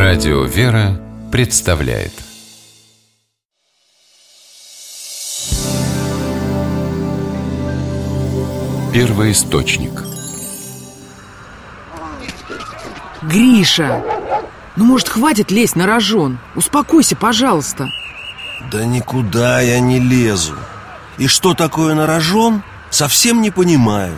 Радио «Вера» представляет Первоисточник. Гриша, ну может хватит лезть на рожон? Успокойся, пожалуйста. Да никуда я не лезу. И что такое на рожон, совсем не понимаю.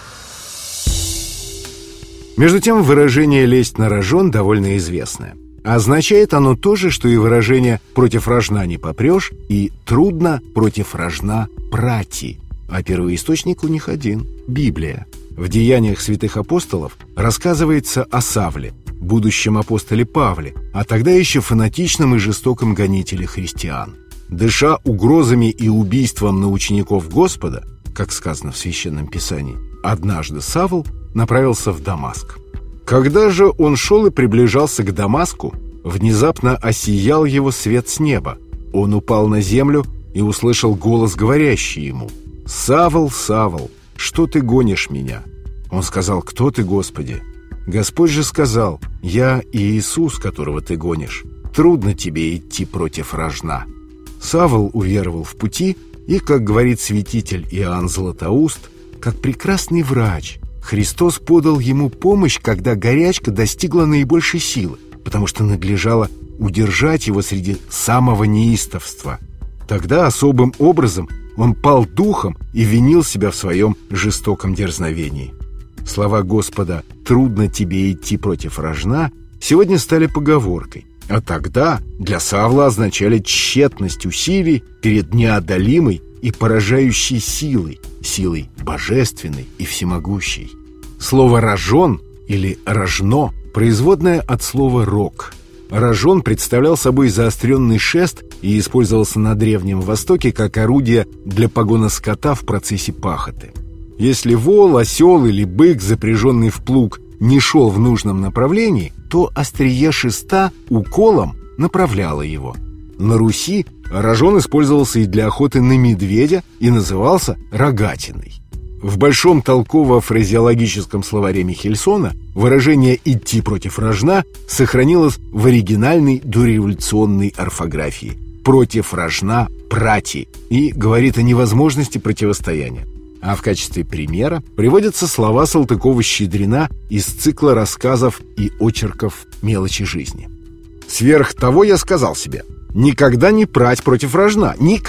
Между тем, выражение «лезть на рожон» довольно известное. Означает оно то же, что и выражение «против рожна не попрешь» и «трудно против рожна прати». А первоисточник у них один – Библия. В «Деяниях святых апостолов» рассказывается о Савле, будущем апостоле Павле, а тогда еще фанатичном и жестоком гонителе христиан. Дыша угрозами и убийством на учеников Господа, как сказано в Священном Писании, однажды Савл направился в Дамаск. Когда же он шел и приближался к Дамаску, внезапно осиял его свет с неба. Он упал на землю и услышал голос, говорящий ему: «Савл, Савл, что ты гонишь меня?» Он сказал: «Кто ты, Господи?» Господь же сказал: «Я Иисус, которого ты гонишь. Трудно тебе идти против рожна». Савл уверовал в пути, и, как говорит святитель Иоанн Златоуст, как прекрасный врач, Христос подал ему помощь, когда горячка достигла наибольшей силы, потому что надлежало удержать его среди самого неистовства. Тогда особым образом он пал духом и винил себя в своем жестоком дерзновении. Слова Господа «трудно тебе идти против рожна» сегодня стали поговоркой, а тогда для Савла означали тщетность усилий перед неодолимой и поражающей силой божественной и всемогущей. Слово «рожон» или «рожно» производное от слова «рог». Рожон представлял собой заостренный шест и использовался на Древнем Востоке как орудие для погона скота в процессе пахоты. Если вол, осел или бык, запряженный в плуг, не шел в нужном направлении, то острие шеста уколом направляло его. На Руси рожон использовался и для охоты на медведя и назывался рогатиной. В Большом толково-фразеологическом словаре Михельсона выражение «идти против рожна» сохранилось в оригинальной дореволюционной орфографии «против рожна прати» и говорит о невозможности противостояния. А в качестве примера приводятся слова Салтыкова-Щедрина из цикла рассказов и очерков «Мелочи жизни». «Сверх того я сказал себе: никогда не прать против рожна,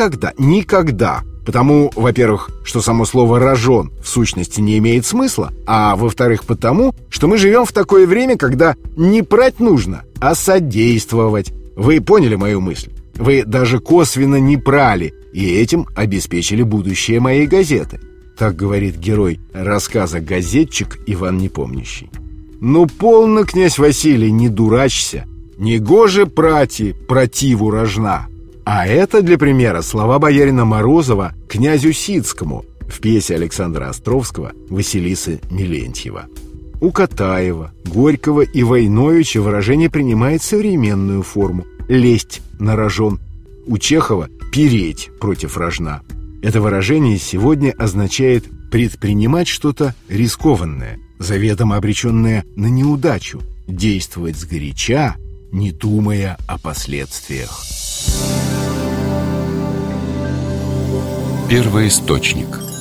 никогда. Потому, во-первых, что само слово «рожон» в сущности не имеет смысла, а во-вторых, потому, что мы живем в такое время, когда не прать нужно, а содействовать. Вы поняли мою мысль? Вы даже косвенно не прали, и этим обеспечили будущее моей газеты». Так говорит герой рассказа «Газетчик» Иван Непомнящий. «Ну, полно, князь Василий, не дурачься. Негоже прати противу рожна». А это, для примера, слова боярина Морозова князю Сидскому в пьесе Александра Островского «Василисы Милентьева». У Катаева, Горького и Войновича выражение принимает современную форму «лезть на рожон». У Чехова «переть против рожна». Это выражение сегодня означает предпринимать что-то рискованное, заведомо обреченное на неудачу, действовать сгоряча, не думая о последствиях. Первоисточник.